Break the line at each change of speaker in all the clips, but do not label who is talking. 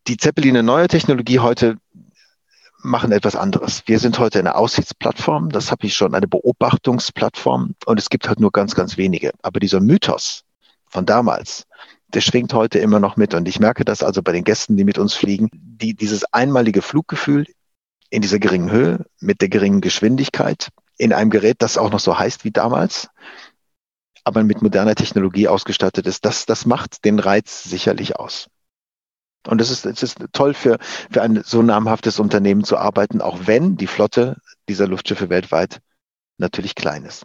Die Zeppeline neuer Technologie heute machen etwas anderes. Wir sind heute eine Aussichtsplattform, das habe ich schon, eine Beobachtungsplattform und es gibt halt nur ganz, ganz wenige. Aber dieser Mythos von damals, der schwingt heute immer noch mit und ich merke das also bei den Gästen, die mit uns fliegen, dieses einmalige Fluggefühl in dieser geringen Höhe, mit der geringen Geschwindigkeit, in einem Gerät, das auch noch so heißt wie damals, aber mit moderner Technologie ausgestattet ist, das macht den Reiz sicherlich aus. Und es ist toll für ein so namhaftes Unternehmen zu arbeiten, auch wenn die Flotte dieser Luftschiffe weltweit natürlich klein ist.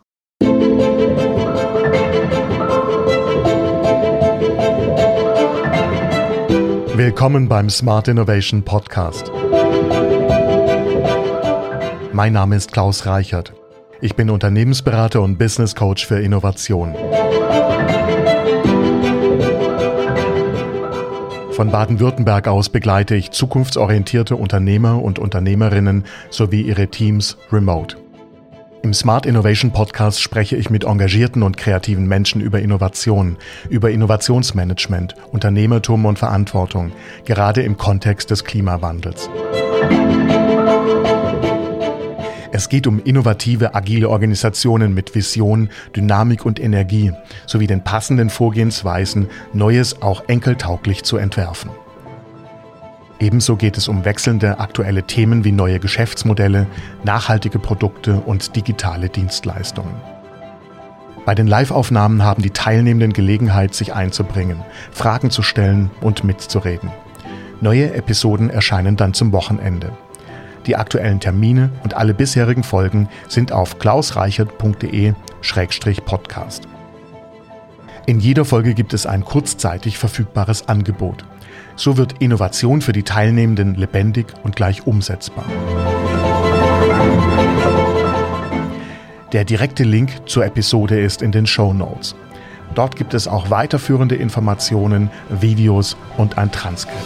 Willkommen beim Smart Innovation Podcast. Mein Name ist Klaus Reichert. Ich bin Unternehmensberater und Business Coach für Innovation. Von Baden-Württemberg aus begleite ich zukunftsorientierte Unternehmer und Unternehmerinnen sowie ihre Teams remote. Im Smart Innovation Podcast spreche ich mit engagierten und kreativen Menschen über Innovation, über Innovationsmanagement, Unternehmertum und Verantwortung, gerade im Kontext des Klimawandels. Es geht um innovative, agile Organisationen mit Vision, Dynamik und Energie, sowie den passenden Vorgehensweisen, Neues auch enkeltauglich zu entwerfen. Ebenso geht es um wechselnde aktuelle Themen wie neue Geschäftsmodelle, nachhaltige Produkte und digitale Dienstleistungen. Bei den Live-Aufnahmen haben die Teilnehmenden Gelegenheit, sich einzubringen, Fragen zu stellen und mitzureden. Neue Episoden erscheinen dann zum Wochenende. Die aktuellen Termine und alle bisherigen Folgen sind auf klausreichert.de/podcast. In jeder Folge gibt es ein kurzzeitig verfügbares Angebot. So wird Innovation für die Teilnehmenden lebendig und gleich umsetzbar. Der direkte Link zur Episode ist in den Shownotes. Dort gibt es auch weiterführende Informationen, Videos und ein Transkript.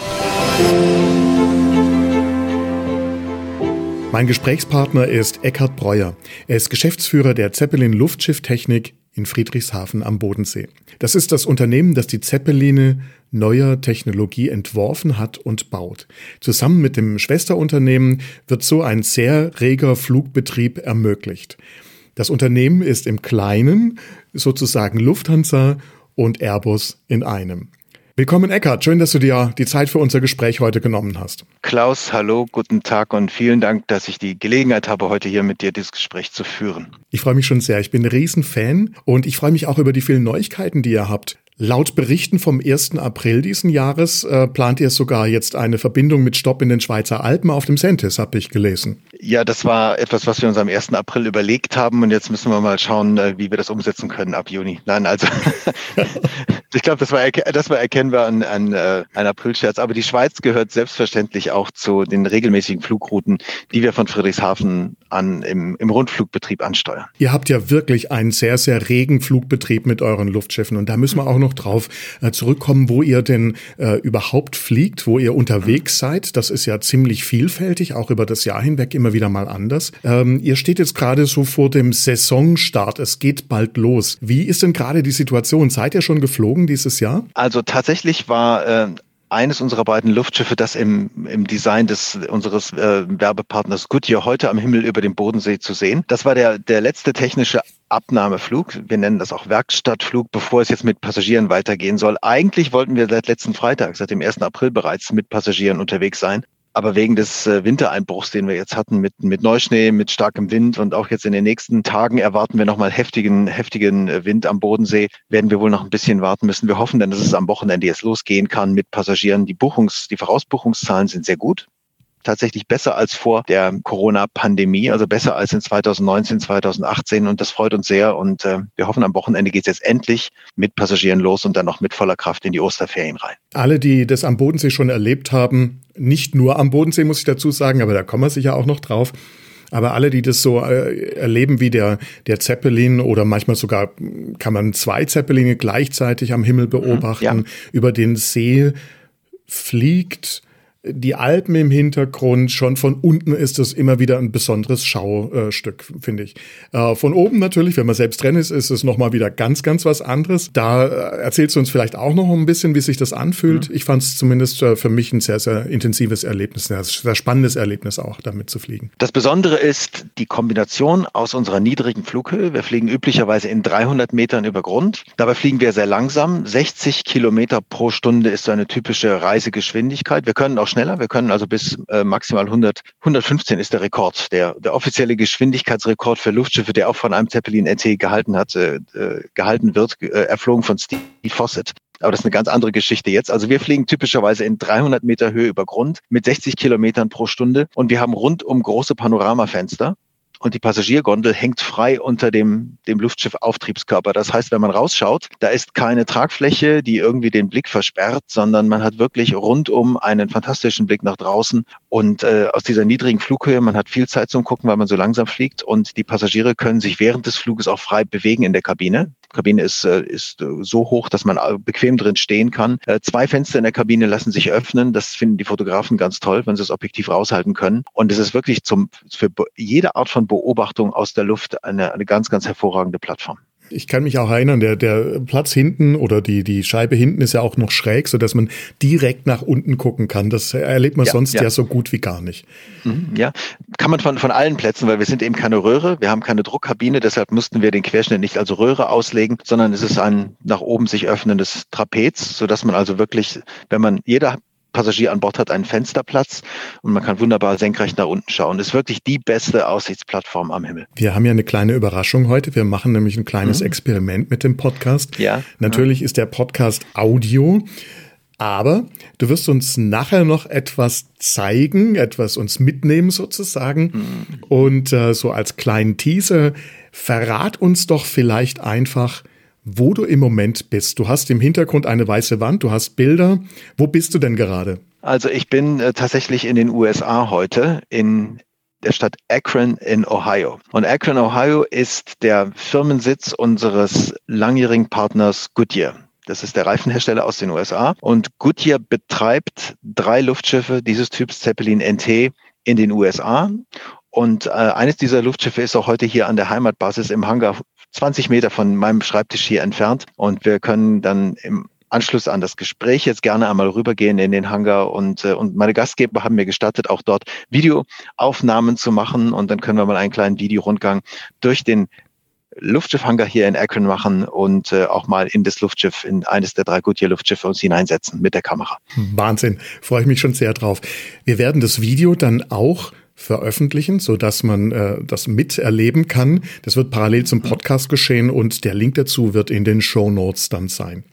Mein Gesprächspartner ist Eckhard Breuer. Er ist Geschäftsführer der Zeppelin Luftschifftechnik in Friedrichshafen am Bodensee. Das ist das Unternehmen, das die Zeppeline neuer Technologie entworfen hat und baut. Zusammen mit dem Schwesterunternehmen wird so ein sehr reger Flugbetrieb ermöglicht. Das Unternehmen ist im Kleinen sozusagen Lufthansa und Airbus in einem. Willkommen Eckhard, schön, dass du dir die Zeit für unser Gespräch heute genommen hast.
Klaus, hallo, guten Tag und vielen Dank, dass ich die Gelegenheit habe, heute hier mit dir dieses Gespräch zu führen.
Ich freue mich schon sehr, ich bin ein Riesenfan und ich freue mich auch über die vielen Neuigkeiten, die ihr habt. Laut Berichten vom 1. April diesen Jahres plant ihr sogar jetzt eine Verbindung mit Stopp in den Schweizer Alpen auf dem Sentis, habe ich gelesen.
Ja, das war etwas, was wir uns am 1. April überlegt haben und jetzt müssen wir mal schauen, wie wir das umsetzen können ab Juni. Nein, also ich glaube, das war erkennbar ein Aprilscherz. Aber die Schweiz gehört selbstverständlich auch zu den regelmäßigen Flugrouten, die wir von Friedrichshafen an im Rundflugbetrieb ansteuern.
Ihr habt ja wirklich einen sehr, sehr regen Flugbetrieb mit euren Luftschiffen und da müssen wir auch noch drauf zurückkommen, wo ihr denn überhaupt fliegt, wo ihr unterwegs seid. Das ist ja ziemlich vielfältig, auch über das Jahr hinweg immer wieder mal anders. Ihr steht jetzt gerade so vor dem Saisonstart. Es geht bald los. Wie ist denn gerade die Situation? Seid ihr schon geflogen dieses Jahr?
Also tatsächlich war eines unserer beiden Luftschiffe, das im Design unseres Werbepartners Goodyear heute am Himmel über dem Bodensee zu sehen. Das war der letzte technische Abnahmeflug. Wir nennen das auch Werkstattflug, bevor es jetzt mit Passagieren weitergehen soll. Eigentlich wollten wir seit letzten Freitag, seit dem 1. April bereits mit Passagieren unterwegs sein. Aber wegen des Wintereinbruchs, den wir jetzt hatten, mit Neuschnee, mit starkem Wind und auch jetzt in den nächsten Tagen erwarten wir nochmal heftigen Wind am Bodensee, werden wir wohl noch ein bisschen warten müssen. Wir hoffen dann, dass es am Wochenende jetzt losgehen kann mit Passagieren. Die Vorausbuchungszahlen sind sehr gut. Tatsächlich besser als vor der Corona-Pandemie, also besser als in 2019, 2018 und das freut uns sehr und wir hoffen, am Wochenende geht es jetzt endlich mit Passagieren los und dann noch mit voller Kraft in die Osterferien rein.
Alle, die das am Bodensee schon erlebt haben, nicht nur am Bodensee, muss ich dazu sagen, aber da kommen wir sicher auch noch drauf, aber alle, die das so erleben wie der Zeppelin oder manchmal sogar kann man 2 Zeppeline gleichzeitig am Himmel beobachten, über den See fliegt, die Alpen im Hintergrund, schon von unten ist es immer wieder ein besonderes Schaustück, finde ich. Von oben natürlich, wenn man selbst drin ist es nochmal wieder ganz, ganz was anderes. Da erzählst du uns vielleicht auch noch ein bisschen, wie sich das anfühlt. Ich fand es zumindest für mich ein sehr, sehr intensives Erlebnis, ein sehr spannendes Erlebnis auch, damit zu fliegen.
Das Besondere ist die Kombination aus unserer niedrigen Flughöhe. Wir fliegen üblicherweise in 300 Metern über Grund. Dabei fliegen wir sehr langsam. 60 Kilometer pro Stunde ist so eine typische Reisegeschwindigkeit. Wir können auch schneller. Wir können also bis maximal 115 ist der Rekord. Der offizielle Geschwindigkeitsrekord für Luftschiffe, der auch von einem Zeppelin NT gehalten wird, erflogen von Steve Fossett. Aber das ist eine ganz andere Geschichte jetzt. Also wir fliegen typischerweise in 300 Meter Höhe über Grund mit 60 Kilometern pro Stunde und wir haben rundum große Panoramafenster. Und die Passagiergondel hängt frei unter dem Luftschiffauftriebskörper. Das heißt, wenn man rausschaut, da ist keine Tragfläche, die irgendwie den Blick versperrt, sondern man hat wirklich rundum einen fantastischen Blick nach draußen. Und aus dieser niedrigen Flughöhe, man hat viel Zeit zum Gucken, weil man so langsam fliegt. Und die Passagiere können sich während des Fluges auch frei bewegen in der Kabine. Die Kabine ist so hoch, dass man bequem drin stehen kann. 2 Fenster in der Kabine lassen sich öffnen. Das finden die Fotografen ganz toll, wenn sie das Objektiv raushalten können. Und es ist wirklich für jede Art von Beobachtung aus der Luft eine ganz, ganz hervorragende Plattform.
Ich kann mich auch erinnern, der Platz hinten oder die Scheibe hinten ist ja auch noch schräg, sodass man direkt nach unten gucken kann. Das erlebt man sonst ja so gut wie gar nicht.
Ja, kann man von allen Plätzen, weil wir sind eben keine Röhre, wir haben keine Druckkabine, deshalb mussten wir den Querschnitt nicht als Röhre auslegen, sondern es ist ein nach oben sich öffnendes Trapez, sodass man also wirklich, jeder Passagier an Bord hat einen Fensterplatz und man kann wunderbar senkrecht nach unten schauen. Das ist wirklich die beste Aussichtsplattform am Himmel.
Wir haben ja eine kleine Überraschung heute. Wir machen nämlich ein kleines Experiment mit dem Podcast.
Ja.
Natürlich ist der Podcast Audio, aber du wirst uns nachher noch etwas zeigen, etwas uns mitnehmen sozusagen. Und so als kleinen Teaser, verrat uns doch vielleicht einfach, wo du im Moment bist. Du hast im Hintergrund eine weiße Wand, du hast Bilder. Wo bist du denn gerade?
Also ich bin tatsächlich in den USA heute, in der Stadt Akron in Ohio. Und Akron, Ohio ist der Firmensitz unseres langjährigen Partners Goodyear. Das ist der Reifenhersteller aus den USA. Und Goodyear betreibt 3 Luftschiffe dieses Typs Zeppelin NT in den USA. Und eines dieser Luftschiffe ist auch heute hier an der Heimatbasis im Hangar 20 Meter von meinem Schreibtisch hier entfernt. Und wir können dann im Anschluss an das Gespräch jetzt gerne einmal rübergehen in den Hangar und meine Gastgeber haben mir gestattet, auch dort Videoaufnahmen zu machen. Und dann können wir mal einen kleinen Videorundgang durch den Luftschiffhangar hier in Akron machen und auch mal in das Luftschiff, in eines der 3 Goodyear-Luftschiffe uns hineinsetzen mit der Kamera.
Wahnsinn, freue ich mich schon sehr drauf. Wir werden das Video dann auch veröffentlichen, so dass man das miterleben kann. Das wird parallel zum Podcast geschehen und der Link dazu wird in den Shownotes dann sein.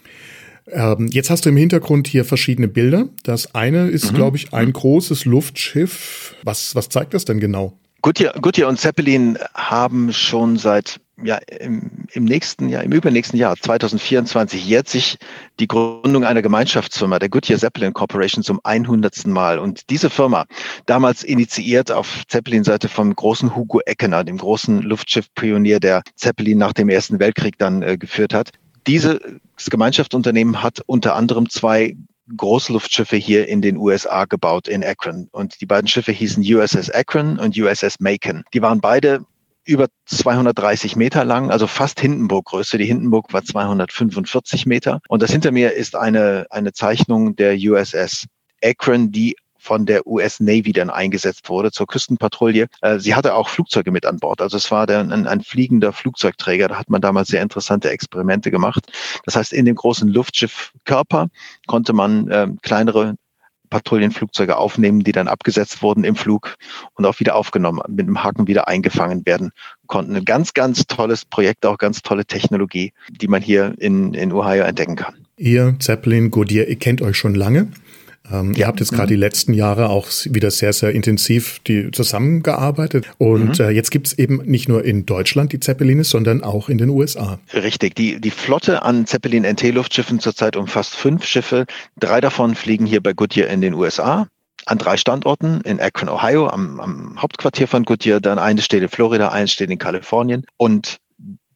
Jetzt hast du im Hintergrund hier verschiedene Bilder. Das eine ist, glaube ich, ein großes Luftschiff. Was zeigt das denn genau?
Goodyear und Zeppelin haben schon seit im übernächsten Jahr 2024 jährt sich die Gründung einer Gemeinschaftsfirma, der Goodyear Zeppelin Corporation, zum 100. Mal. Und diese Firma, damals initiiert auf Zeppelin-Seite vom großen Hugo Eckener, dem großen Luftschiffpionier, der Zeppelin nach dem Ersten Weltkrieg dann geführt hat. Dieses Gemeinschaftsunternehmen hat unter anderem 2 Großluftschiffe hier in den USA gebaut in Akron. Und die beiden Schiffe hießen USS Akron und USS Macon. Die waren beide über 230 Meter lang, also fast Hindenburg-Größe. Die Hindenburg war 245 Meter. Und das hinter mir ist eine Zeichnung der USS Akron, die von der US Navy dann eingesetzt wurde zur Küstenpatrouille. Sie hatte auch Flugzeuge mit an Bord. Also es war ein fliegender Flugzeugträger. Da hat man damals sehr interessante Experimente gemacht. Das heißt, in dem großen Luftschiffkörper konnte man kleinere Patrouillenflugzeuge aufnehmen, die dann abgesetzt wurden im Flug und auch wieder aufgenommen, mit dem Haken wieder eingefangen werden konnten. Ein ganz, ganz tolles Projekt, auch ganz tolle Technologie, die man hier in Ohio entdecken kann.
Ihr, Zeppelin, Goodyear, ihr kennt euch schon lange. Ihr habt jetzt gerade die letzten Jahre auch wieder sehr, sehr intensiv zusammengearbeitet. Und jetzt gibt's eben nicht nur in Deutschland die Zeppeline, sondern auch in den USA.
Richtig. Die Flotte an Zeppelin-NT-Luftschiffen zurzeit umfasst 5 Schiffe. 3 davon fliegen hier bei Goodyear in den USA. An 3 Standorten, in Akron, Ohio, am Hauptquartier von Goodyear. Dann eines steht in Florida, eines steht in Kalifornien. Und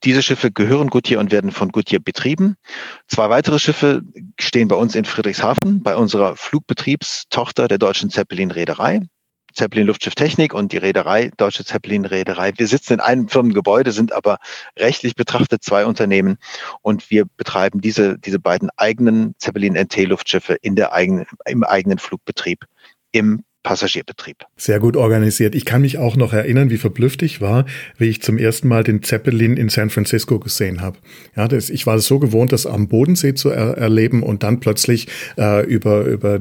Diese Schiffe gehören Goodyear und werden von Goodyear betrieben. 2 weitere Schiffe stehen bei uns in Friedrichshafen, bei unserer Flugbetriebstochter der Deutschen Zeppelin-Reederei, Zeppelin Luftschifftechnik und die Reederei, Deutsche Zeppelin-Reederei. Wir sitzen in einem Firmengebäude, sind aber rechtlich betrachtet 2 Unternehmen und wir betreiben diese beiden eigenen Zeppelin NT-Luftschiffe im eigenen Flugbetrieb, im Passagierbetrieb.
Sehr gut organisiert. Ich kann mich auch noch erinnern, wie verblüfft ich war, wie ich zum ersten Mal den Zeppelin in San Francisco gesehen habe. Ja, ich war so gewohnt, das am Bodensee zu erleben und dann plötzlich über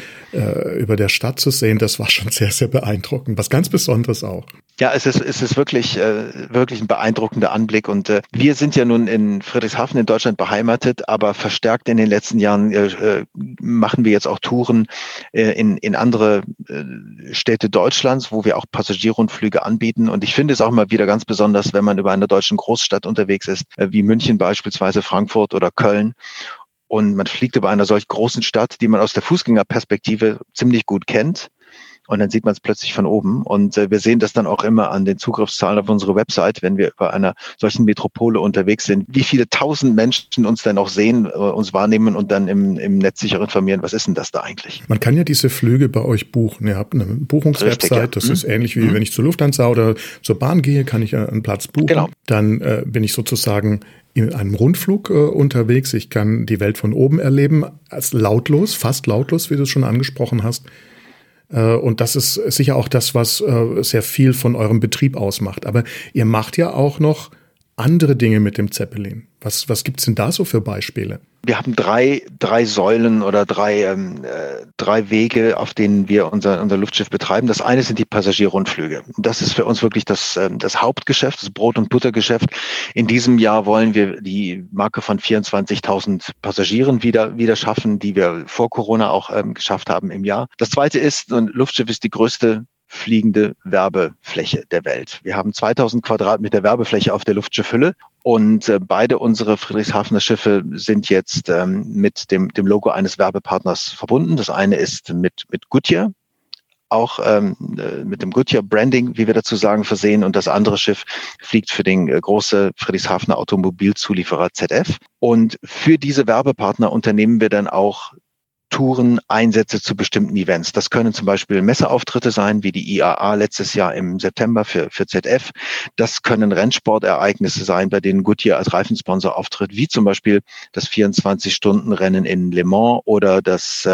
der Stadt zu sehen. Das war schon sehr, sehr beeindruckend. Was ganz Besonderes auch.
Ja, es ist wirklich ein beeindruckender Anblick und wir sind ja nun in Friedrichshafen in Deutschland beheimatet, aber verstärkt in den letzten Jahren machen wir jetzt auch Touren in andere Städte Deutschlands, wo wir auch Passagierrundflüge anbieten. Und ich finde es auch immer wieder ganz besonders, wenn man über einer deutschen Großstadt unterwegs ist, wie München beispielsweise, Frankfurt oder Köln. Und man fliegt über einer solch großen Stadt, die man aus der Fußgängerperspektive ziemlich gut kennt. Und dann sieht man es plötzlich von oben. Und wir sehen das dann auch immer an den Zugriffszahlen auf unsere Website, wenn wir über einer solchen Metropole unterwegs sind, wie viele 1000 Menschen uns dann auch sehen, uns wahrnehmen und dann im Netz sich auch informieren, was ist denn das da eigentlich?
Man kann ja diese Flüge bei euch buchen. Ihr habt eine Buchungswebsite, ja. Das ist ähnlich wie wenn ich zur Lufthansa oder zur Bahn gehe, kann ich einen Platz buchen. Genau. Dann bin ich sozusagen in einem Rundflug unterwegs. Ich kann die Welt von oben erleben, als lautlos, fast lautlos, wie du es schon angesprochen hast. Und das ist sicher auch das, was sehr viel von eurem Betrieb ausmacht. Aber ihr macht ja auch noch andere Dinge mit dem Zeppelin. Was gibt's denn da so für Beispiele?
Wir haben drei Säulen oder drei Wege, auf denen wir unser Luftschiff betreiben. Das eine sind die Passagierrundflüge. Das ist für uns wirklich das Hauptgeschäft, das Brot- und Buttergeschäft. In diesem Jahr wollen wir die Marke von 24.000 Passagieren wieder schaffen, die wir vor Corona auch geschafft haben im Jahr. Das zweite ist, ein Luftschiff ist die größte fliegende Werbefläche der Welt. Wir haben 2000 Quadratmeter Werbefläche auf der Luftschiffhülle und beide unsere Friedrichshafener Schiffe sind jetzt mit dem Logo eines Werbepartners verbunden. Das eine ist mit Goodyear, auch mit dem Goodyear Branding, wie wir dazu sagen, versehen, und das andere Schiff fliegt für den große Friedrichshafener Automobilzulieferer ZF. Und für diese Werbepartner unternehmen wir dann auch Touren, Einsätze zu bestimmten Events. Das können zum Beispiel Messeauftritte sein, wie die IAA letztes Jahr im September für ZF. Das können Rennsportereignisse sein, bei denen Goodyear als Reifensponsor auftritt, wie zum Beispiel das 24-Stunden-Rennen in Le Mans oder das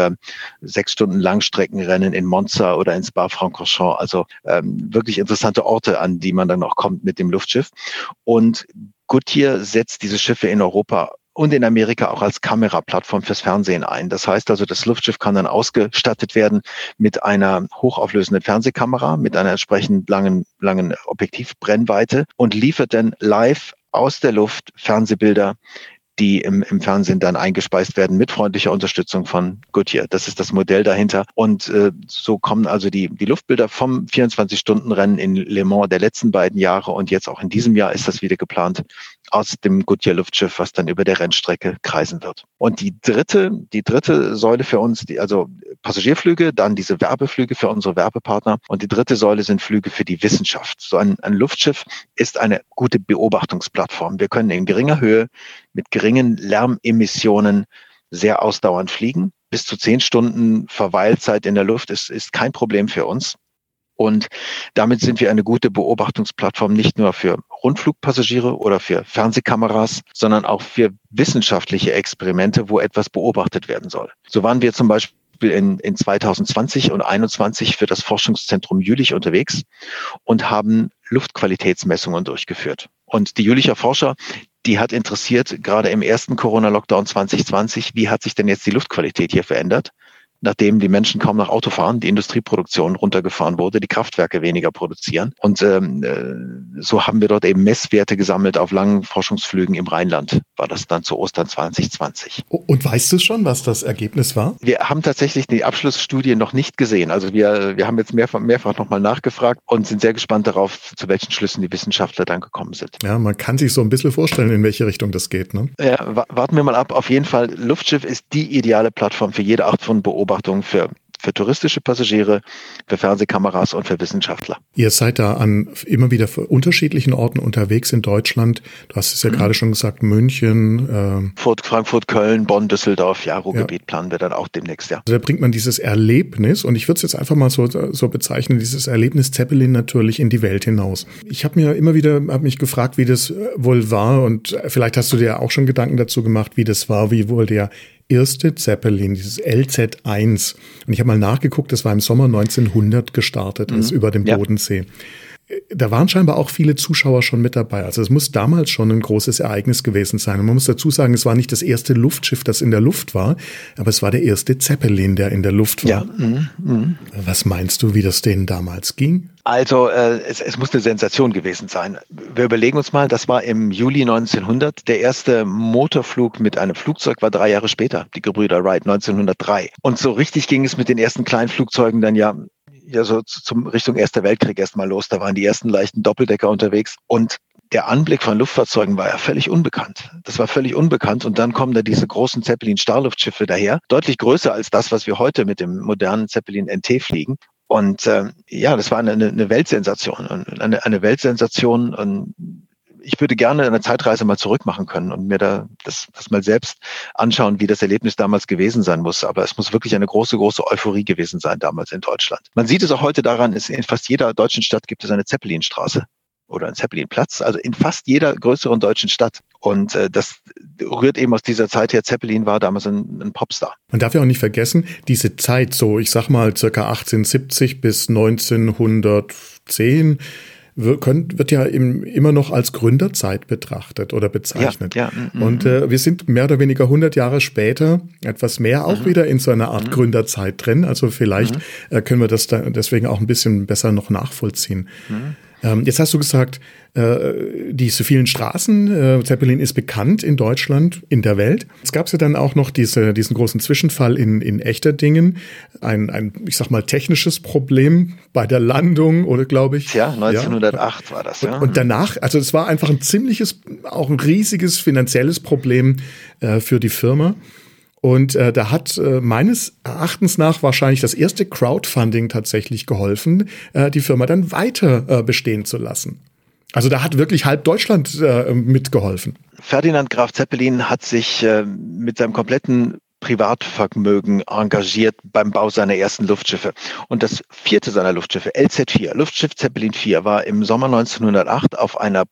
6-Stunden-Langstreckenrennen in Monza oder in Spa-Francorchamps. Also wirklich interessante Orte, an die man dann auch kommt mit dem Luftschiff. Und Goodyear setzt diese Schiffe in Europa und in Amerika auch als Kameraplattform fürs Fernsehen ein. Das heißt also, das Luftschiff kann dann ausgestattet werden mit einer hochauflösenden Fernsehkamera, mit einer entsprechend langen Objektivbrennweite und liefert dann live aus der Luft Fernsehbilder, die im Fernsehen dann eingespeist werden mit freundlicher Unterstützung von Goodyear. Das ist das Modell dahinter. Und so kommen also die Luftbilder vom 24-Stunden-Rennen in Le Mans der letzten beiden Jahre und jetzt auch in diesem Jahr ist das wieder geplant aus dem Goodyear-Luftschiff, was dann über der Rennstrecke kreisen wird. Und die dritte Säule für uns, also Passagierflüge, dann diese Werbeflüge für unsere Werbepartner. Und die dritte Säule sind Flüge für die Wissenschaft. So ein Luftschiff ist eine gute Beobachtungsplattform. Wir können in geringer Höhe mit geringen Lärmemissionen sehr ausdauernd fliegen. Bis zu 10 Stunden Verweilzeit in der Luft ist kein Problem für uns. Und damit sind wir eine gute Beobachtungsplattform nicht nur für Rundflugpassagiere oder für Fernsehkameras, sondern auch für wissenschaftliche Experimente, wo etwas beobachtet werden soll. So waren wir zum Beispiel in 2020 und 2021 für das Forschungszentrum Jülich unterwegs und haben Luftqualitätsmessungen durchgeführt. Und die Jülicher Forscher, die hat interessiert, gerade im ersten Corona-Lockdown 2020, wie hat sich denn jetzt die Luftqualität hier verändert? Nachdem die Menschen kaum noch Auto fahren, die Industrieproduktion runtergefahren wurde, die Kraftwerke weniger produzieren. Und so haben wir dort eben Messwerte gesammelt auf langen Forschungsflügen im Rheinland, war das dann zu Ostern 2020.
Und weißt du schon, was das Ergebnis war?
Wir haben tatsächlich die Abschlussstudie noch nicht gesehen. Also wir haben jetzt mehrfach nochmal nachgefragt und sind sehr gespannt darauf, zu welchen Schlüssen die Wissenschaftler dann gekommen sind.
Ja, man kann sich so ein bisschen vorstellen, in welche Richtung das geht, ne?
Ja, warten wir mal ab. Auf jeden Fall, Luftschiff ist die ideale Plattform für jede Art von Beobachtung, für für touristische Passagiere, für Fernsehkameras und für Wissenschaftler.
Ihr seid da an immer wieder unterschiedlichen Orten unterwegs in Deutschland. Du hast es ja gerade schon gesagt, München.
Frankfurt, Köln, Bonn, Düsseldorf, Ruhrgebiet planen wir dann auch demnächst, ja.
Also da bringt man dieses Erlebnis, und ich würde es jetzt einfach mal so bezeichnen, dieses Erlebnis Zeppelin natürlich in die Welt hinaus. Ich habe mir immer wieder mich gefragt, wie das wohl war, und vielleicht hast du dir auch schon Gedanken dazu gemacht, wie das war, wie wohl der erste Zeppelin, dieses LZ-1. Und ich habe mal nachgeguckt, das war im Sommer 1900 gestartet, ist über dem Bodensee. Da waren scheinbar auch viele Zuschauer schon mit dabei. Also es muss damals schon ein großes Ereignis gewesen sein. Und man muss dazu sagen, es war nicht das erste Luftschiff, das in der Luft war, aber es war der erste Zeppelin, der in der Luft war. Ja. Was meinst du, wie das denen damals ging?
Also es muss eine Sensation gewesen sein. Wir überlegen uns mal, das war im Juli 1900. Der erste Motorflug mit einem Flugzeug war 3 Jahre später, die Gebrüder Wright 1903. Und so richtig ging es mit den ersten kleinen Flugzeugen dann ja so zum Richtung Erster Weltkrieg erstmal los. Da waren die ersten leichten Doppeldecker unterwegs. Und der Anblick von Luftfahrzeugen war ja völlig unbekannt. Das war völlig unbekannt. Und dann kommen da diese großen Zeppelin-Starluftschiffe daher. Deutlich größer als das, was wir heute mit dem modernen Zeppelin NT fliegen. Und das war eine Weltsensation. Eine Weltsensation. Und ich würde gerne eine Zeitreise mal zurück machen können und mir das mal selbst anschauen, wie das Erlebnis damals gewesen sein muss. Aber es muss wirklich eine große, große Euphorie gewesen sein damals in Deutschland. Man sieht es auch heute daran, in fast jeder deutschen Stadt gibt es eine Zeppelinstraße oder einen Zeppelinplatz, also in fast jeder größeren deutschen Stadt. Und das rührt eben aus dieser Zeit her. Zeppelin war damals ein Popstar.
Man darf ja auch nicht vergessen, diese Zeit, so ich sag mal circa 1870 bis 1910, wird ja immer noch als Gründerzeit betrachtet oder bezeichnet. Und wir sind mehr oder weniger 100 Jahre später, etwas mehr auch wieder in so einer Art Gründerzeit drin. Also vielleicht können wir das deswegen auch ein bisschen besser noch nachvollziehen. Jetzt hast du gesagt, diese vielen Straßen, Zeppelin ist bekannt in Deutschland, in der Welt. Jetzt gab es ja dann auch noch diesen großen Zwischenfall in Echterdingen, ein, ich sag mal, technisches Problem bei der Landung, oder glaube ich.
Ja, 1908 war das, ja.
Und danach, also es war einfach auch ein riesiges finanzielles Problem für die Firma. Und da hat meines Erachtens nach wahrscheinlich das erste Crowdfunding tatsächlich geholfen, die Firma dann weiter bestehen zu lassen. Also da hat wirklich halb Deutschland mitgeholfen.
Ferdinand Graf Zeppelin hat sich mit seinem kompletten Privatvermögen engagiert beim Bau seiner ersten Luftschiffe. Und das vierte seiner Luftschiffe, LZ4, Luftschiff Zeppelin 4, war im Sommer 1908 auf einer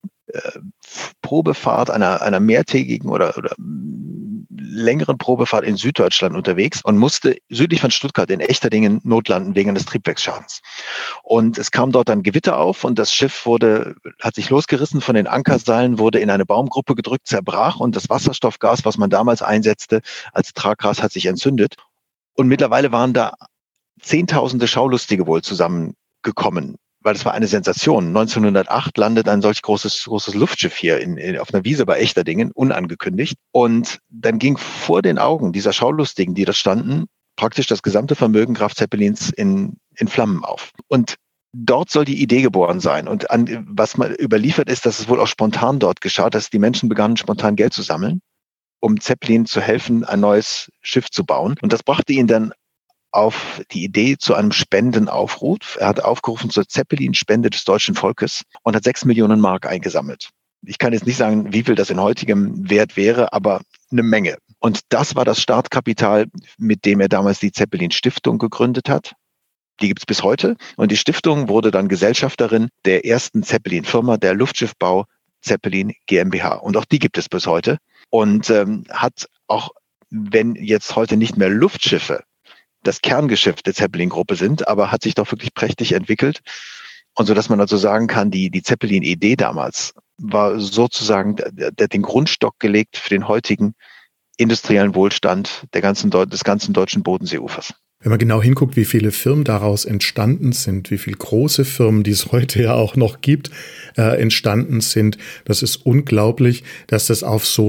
Probefahrt, einer mehrtägigen oder längeren Probefahrt in Süddeutschland unterwegs und musste südlich von Stuttgart in Echterdingen notlanden wegen eines Triebwerksschadens. Und es kam dort ein Gewitter auf und das Schiff hat sich losgerissen von den Ankerseilen, wurde in eine Baumgruppe gedrückt, zerbrach und das Wasserstoffgas, was man damals einsetzte als Traggas, hat sich entzündet. Und mittlerweile waren da Zehntausende Schaulustige wohl zusammengekommen, weil das war eine Sensation. 1908 landet ein solch großes Luftschiff hier auf einer Wiese bei Echterdingen, unangekündigt. Und dann ging vor den Augen dieser Schaulustigen, die da standen, praktisch das gesamte Vermögen Graf Zeppelins in Flammen auf. Und dort soll die Idee geboren sein. Und was mal überliefert ist, dass es wohl auch spontan dort geschah, dass die Menschen begannen, spontan Geld zu sammeln, um Zeppelin zu helfen, ein neues Schiff zu bauen. Und das brachte ihn dann auf die Idee zu einem Spendenaufruf. Er hat aufgerufen zur Zeppelin-Spende des deutschen Volkes und hat 6 Millionen Mark eingesammelt. Ich kann jetzt nicht sagen, wie viel das in heutigem Wert wäre, aber eine Menge. Und das war das Startkapital, mit dem er damals die Zeppelin-Stiftung gegründet hat. Die gibt es bis heute. Und die Stiftung wurde dann Gesellschafterin der ersten Zeppelin-Firma, der Luftschiffbau Zeppelin GmbH. Und auch die gibt es bis heute. Und hat auch, wenn jetzt heute nicht mehr Luftschiffe das Kerngeschäft der Zeppelin-Gruppe sind, aber hat sich doch wirklich prächtig entwickelt. Und so, dass man also sagen kann, die Zeppelin-Idee damals war sozusagen den Grundstock gelegt für den heutigen industriellen Wohlstand des ganzen deutschen Bodenseeufers.
Wenn man genau hinguckt, wie viele Firmen daraus entstanden sind, wie viele große Firmen, die es heute ja auch noch gibt, entstanden sind, das ist unglaublich, dass das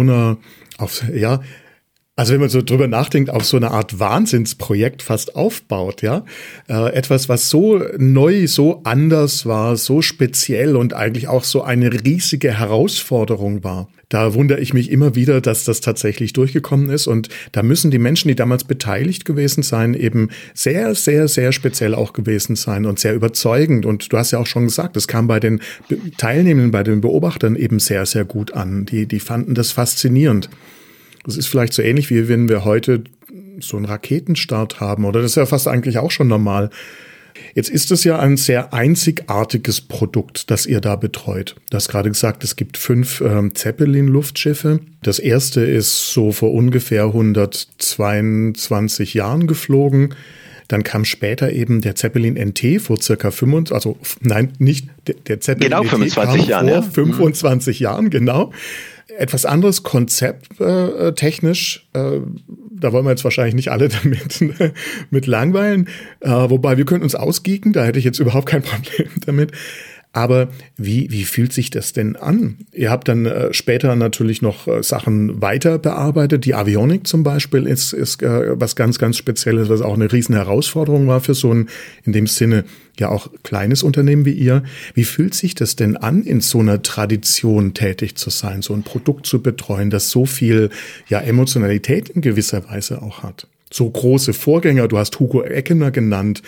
also wenn man so drüber nachdenkt, auf so eine Art Wahnsinnsprojekt fast aufbaut, ja. Etwas, was so neu, so anders war, so speziell und eigentlich auch so eine riesige Herausforderung war. Da wundere ich mich immer wieder, dass das tatsächlich durchgekommen ist. Und da müssen die Menschen, die damals beteiligt gewesen sein, eben sehr, sehr, sehr speziell auch gewesen sein und sehr überzeugend. Und du hast ja auch schon gesagt, es kam bei den Teilnehmenden, bei den Beobachtern eben sehr, sehr gut an. Die fanden das faszinierend. Das ist vielleicht so ähnlich, wie wenn wir heute so einen Raketenstart haben. Oder das ist ja fast eigentlich auch schon normal. Jetzt ist es ja ein sehr einzigartiges Produkt, das ihr da betreut. Du hast gerade gesagt, es gibt 5 Zeppelin-Luftschiffe. Das erste ist so vor ungefähr 122 Jahren geflogen. Dann kam später eben der Zeppelin NT vor circa 25, also nein, nicht der Zeppelin
genau,
NT
25
kam
Jahren,
vor 25 Jahren, genau. Etwas anderes Konzept technisch, da wollen wir jetzt wahrscheinlich nicht alle damit mit langweilen, wobei wir können uns ausgeeken, da hätte ich jetzt überhaupt kein Problem damit. Aber wie fühlt sich das denn an? Ihr habt dann später natürlich noch Sachen weiter bearbeitet. Die Avionik zum Beispiel ist was ganz, ganz Spezielles, was auch eine riesen Herausforderung war für so ein, in dem Sinne, ja auch kleines Unternehmen wie ihr. Wie fühlt sich das denn an, in so einer Tradition tätig zu sein, so ein Produkt zu betreuen, das so viel ja Emotionalität in gewisser Weise auch hat? So große Vorgänger, du hast Hugo Eckener genannt,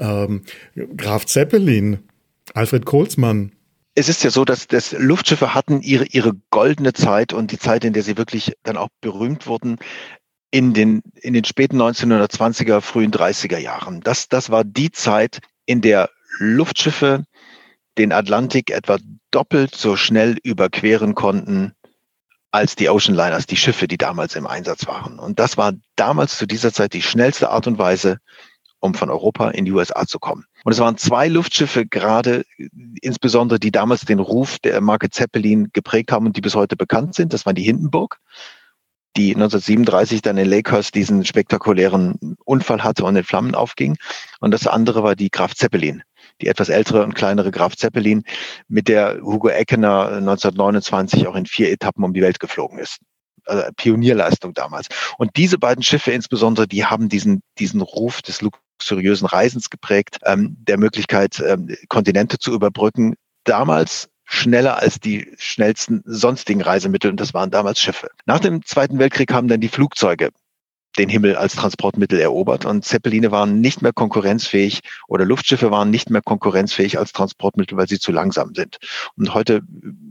Graf Zeppelin, Alfred Colsman.
Es ist ja so, dass Luftschiffe hatten ihre goldene Zeit und die Zeit, in der sie wirklich dann auch berühmt wurden, in den späten 1920er, frühen 30er Jahren. Das war die Zeit, in der Luftschiffe den Atlantik etwa doppelt so schnell überqueren konnten als die Ocean Liners, die Schiffe, die damals im Einsatz waren. Und das war damals zu dieser Zeit die schnellste Art und Weise, um von Europa in die USA zu kommen. Und es waren 2 Luftschiffe gerade, insbesondere die damals den Ruf der Marke Zeppelin geprägt haben und die bis heute bekannt sind. Das waren die Hindenburg, die 1937 dann in Lakehurst diesen spektakulären Unfall hatte und in Flammen aufging. Und das andere war die Graf Zeppelin, die etwas ältere und kleinere Graf Zeppelin, mit der Hugo Eckener 1929 auch in 4 Etappen um die Welt geflogen ist. Also Pionierleistung damals. Und diese beiden Schiffe insbesondere, die haben diesen Ruf des luxuriösen Reisens geprägt, der Möglichkeit, Kontinente zu überbrücken. Damals schneller als die schnellsten sonstigen Reisemittel, und das waren damals Schiffe. Nach dem Zweiten Weltkrieg haben dann die Flugzeuge den Himmel als Transportmittel erobert und Zeppeline waren nicht mehr konkurrenzfähig oder Luftschiffe waren nicht mehr konkurrenzfähig als Transportmittel, weil sie zu langsam sind. Und heute,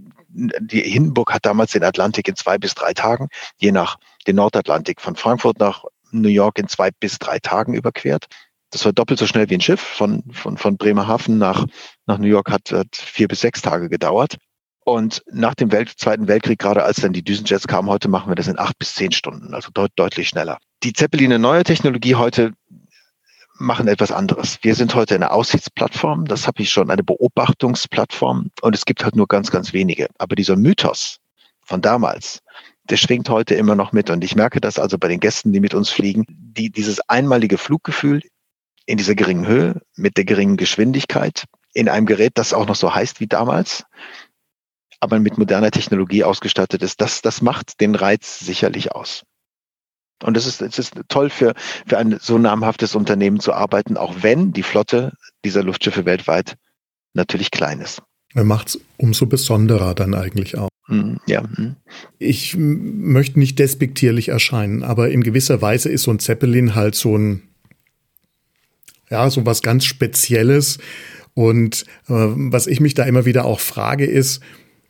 die Hindenburg hat damals den Atlantik in 2 bis 3 Tagen, je nach den Nordatlantik von Frankfurt nach New York in 2 bis 3 Tagen überquert. Das war doppelt so schnell wie ein Schiff. Von Bremerhaven nach New York hat 4 bis 6 Tage gedauert. Und nach dem Zweiten Weltkrieg, gerade als dann die Düsenjets kamen, heute machen wir das in 8 bis 10 Stunden, also deutlich schneller. Die Zeppeline neue Technologie heute machen etwas anderes. Wir sind heute eine Aussichtsplattform, das habe ich schon, eine Beobachtungsplattform und es gibt halt nur ganz, ganz wenige. Aber dieser Mythos von damals, der schwingt heute immer noch mit und ich merke das also bei den Gästen, die mit uns fliegen, dieses einmalige Fluggefühl in dieser geringen Höhe, mit der geringen Geschwindigkeit, in einem Gerät, das auch noch so heißt wie damals, aber mit moderner Technologie ausgestattet ist, das macht den Reiz sicherlich aus. Und es ist toll für ein so namhaftes Unternehmen zu arbeiten, auch wenn die Flotte dieser Luftschiffe weltweit natürlich klein ist.
Er macht es umso besonderer dann eigentlich auch.
Ja.
Ich möchte nicht despektierlich erscheinen, aber in gewisser Weise ist so ein Zeppelin halt so was ganz Spezielles. Und was ich mich da immer wieder auch frage ist,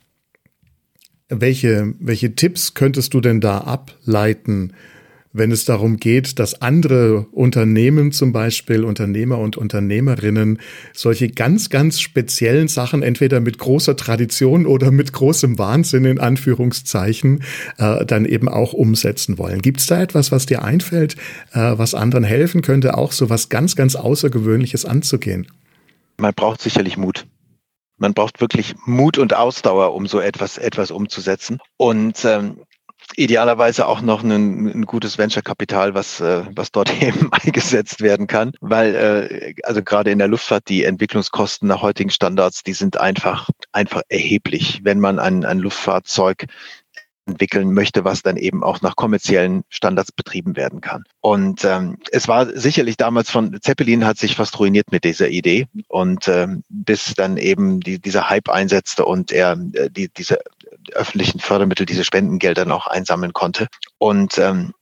welche Tipps könntest du denn da ableiten, wenn es darum geht, dass andere Unternehmen zum Beispiel, Unternehmer und Unternehmerinnen, solche ganz, ganz speziellen Sachen entweder mit großer Tradition oder mit großem Wahnsinn in Anführungszeichen dann eben auch umsetzen wollen. Gibt es da etwas, was dir einfällt, was anderen helfen könnte, auch so was ganz, ganz Außergewöhnliches anzugehen?
Man braucht sicherlich Mut. Man braucht wirklich Mut und Ausdauer, um so etwas umzusetzen. Und idealerweise auch noch ein gutes Venture-Kapital, was dort eben eingesetzt werden kann. Weil also gerade in der Luftfahrt die Entwicklungskosten nach heutigen Standards, die sind einfach erheblich, wenn man ein Luftfahrzeug entwickeln möchte, was dann eben auch nach kommerziellen Standards betrieben werden kann. Und es war sicherlich damals Zeppelin hat sich fast ruiniert mit dieser Idee und bis dann eben dieser Hype einsetzte und er diese öffentlichen Fördermittel, diese Spendengelder noch einsammeln konnte. Und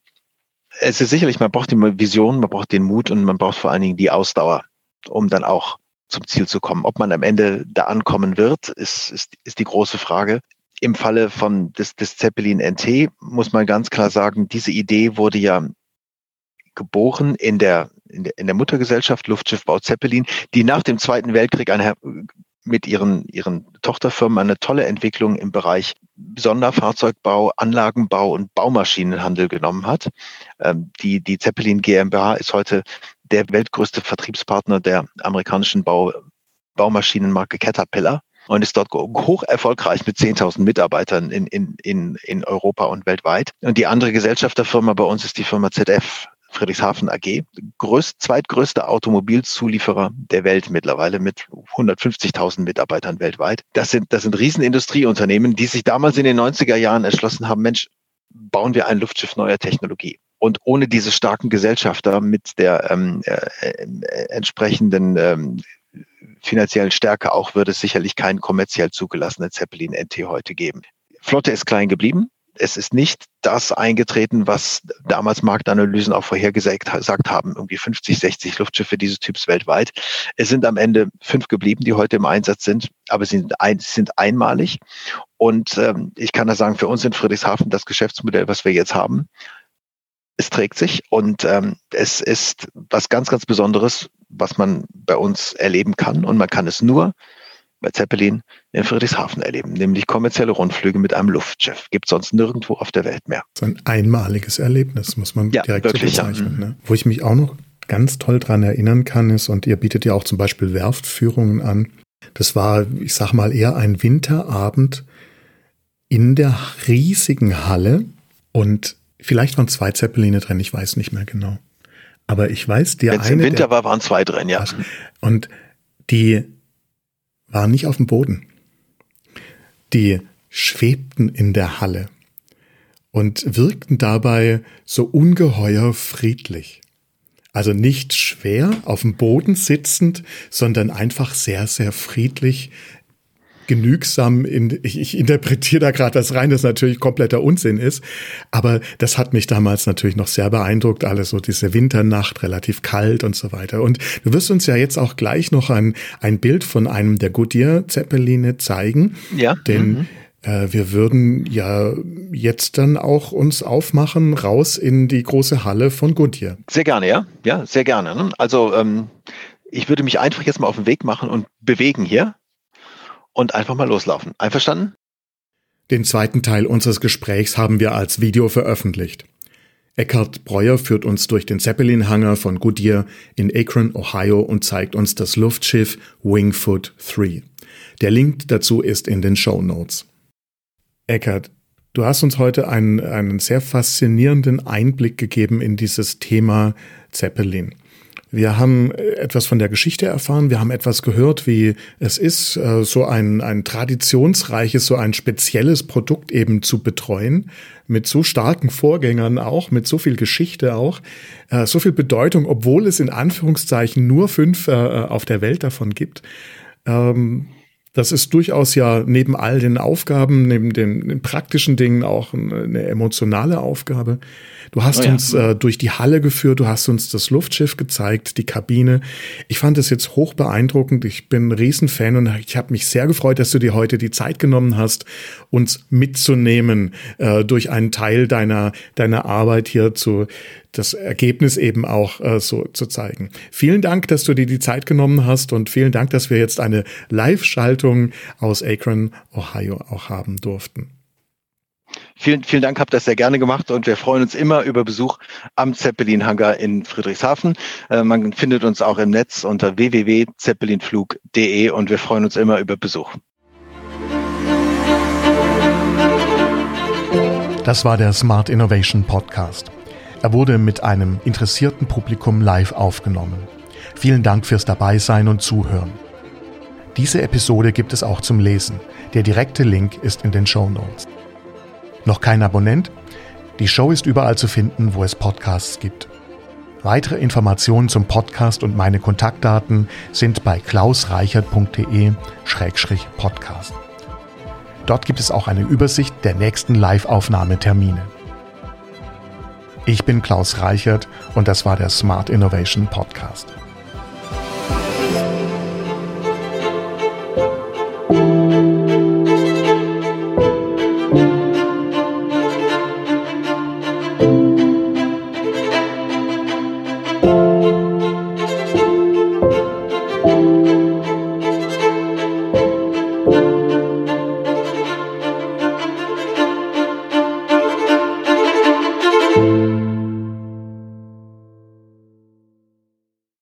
es ist sicherlich, man braucht die Vision, man braucht den Mut und man braucht vor allen Dingen die Ausdauer, um dann auch zum Ziel zu kommen. Ob man am Ende da ankommen wird, ist die große Frage. Im Falle des Zeppelin NT muss man ganz klar sagen, diese Idee wurde ja geboren in der Muttergesellschaft Luftschiffbau Zeppelin, die nach dem Zweiten Weltkrieg mit ihren Tochterfirmen eine tolle Entwicklung im Bereich Sonderfahrzeugbau, Anlagenbau und Baumaschinenhandel genommen hat. Die Zeppelin GmbH ist heute der weltgrößte Vertriebspartner der amerikanischen Baumaschinenmarke Caterpillar und ist dort hoch erfolgreich mit 10.000 Mitarbeitern in Europa und weltweit. Und die andere Gesellschafterfirma bei uns ist die Firma ZF Friedrichshafen AG, zweitgrößter Automobilzulieferer der Welt mittlerweile mit 150.000 Mitarbeitern weltweit. Das sind Riesenindustrieunternehmen, die sich damals in den 90er Jahren entschlossen haben, Mensch, bauen wir ein Luftschiff neuer Technologie. Und ohne diese starken Gesellschafter mit der entsprechenden finanziellen Stärke auch würde es sicherlich keinen kommerziell zugelassenen Zeppelin NT heute geben. Flotte ist klein geblieben. Es ist nicht das eingetreten, was damals Marktanalysen auch vorhergesagt haben, irgendwie 50, 60 Luftschiffe dieses Typs weltweit. Es sind am Ende 5 geblieben, die heute im Einsatz sind, aber sie sind einmalig. Und ich kann da sagen, für uns in Friedrichshafen das Geschäftsmodell, was wir jetzt haben, es trägt sich und es ist was ganz, ganz Besonderes, was man bei uns erleben kann. Und man kann es nur bei Zeppelin in Friedrichshafen erleben, nämlich kommerzielle Rundflüge mit einem Luftschiff. Gibt es sonst nirgendwo auf der Welt mehr.
Das ist ein einmaliges Erlebnis, muss man direkt wirklich so bezeichnen. Ja. Ne? Wo ich mich auch noch ganz toll dran erinnern kann, ist, und ihr bietet ja auch zum Beispiel Werftführungen an, das war, ich sag mal, eher ein Winterabend in der riesigen Halle und vielleicht waren 2 Zeppeline drin, ich weiß nicht mehr genau. Aber ich weiß,
wenn es im Winter war, waren 2 drin, ja.
Und die waren nicht auf dem Boden. Die schwebten in der Halle und wirkten dabei so ungeheuer friedlich. Also nicht schwer auf dem Boden sitzend, sondern einfach sehr, sehr friedlich, genügsam. Ich interpretiere da gerade was rein, das natürlich kompletter Unsinn ist, aber das hat mich damals natürlich noch sehr beeindruckt, alles so diese Winternacht, relativ kalt und so weiter. Und du wirst uns ja jetzt auch gleich noch ein Bild von einem der Goodyear-Zeppeline zeigen, ja. Denn wir würden ja jetzt dann auch uns aufmachen, raus in die große Halle von Goodyear.
Sehr gerne, ja. Ja, sehr gerne. Also ich würde mich einfach jetzt mal auf den Weg machen und bewegen hier. Und einfach mal loslaufen. Einverstanden?
Den zweiten Teil unseres Gesprächs haben wir als Video veröffentlicht. Eckhard Breuer führt uns durch den Zeppelin-Hangar von Goodyear in Akron, Ohio und zeigt uns das Luftschiff Wingfoot 3. Der Link dazu ist in den Shownotes. Eckhard, du hast uns heute einen sehr faszinierenden Einblick gegeben in dieses Thema Zeppelin. Wir haben etwas von der Geschichte erfahren, wir haben etwas gehört, wie es ist, so ein traditionsreiches, so ein spezielles Produkt eben zu betreuen, mit so starken Vorgängern auch, mit so viel Geschichte auch, so viel Bedeutung, obwohl es in Anführungszeichen nur 5 auf der Welt davon gibt. Das ist durchaus ja neben all den Aufgaben, neben den praktischen Dingen auch eine emotionale Aufgabe. Du hast uns durch die Halle geführt, du hast uns das Luftschiff gezeigt, die Kabine. Ich fand es jetzt hoch beeindruckend. Ich bin ein Riesenfan und ich habe mich sehr gefreut, dass du dir heute die Zeit genommen hast, uns mitzunehmen durch einen Teil deiner Arbeit hier das Ergebnis eben auch so zu zeigen. Vielen Dank, dass du dir die Zeit genommen hast und vielen Dank, dass wir jetzt eine Live-Schaltung aus Akron, Ohio auch haben durften.
Vielen Dank, habt das sehr gerne gemacht und wir freuen uns immer über Besuch am Zeppelin-Hangar in Friedrichshafen. Man findet uns auch im Netz unter www.zeppelinflug.de und wir freuen uns immer über Besuch.
Das war der Smart Innovation Podcast. Er wurde mit einem interessierten Publikum live aufgenommen. Vielen Dank fürs Dabeisein und Zuhören. Diese Episode gibt es auch zum Lesen. Der direkte Link ist in den Shownotes. Noch kein Abonnent? Die Show ist überall zu finden, wo es Podcasts gibt. Weitere Informationen zum Podcast und meine Kontaktdaten sind bei klausreichert.de/podcast. Dort gibt es auch eine Übersicht der nächsten Live-Aufnahmetermine. Ich bin Klaus Reichert und das war der Smart Innovation Podcast.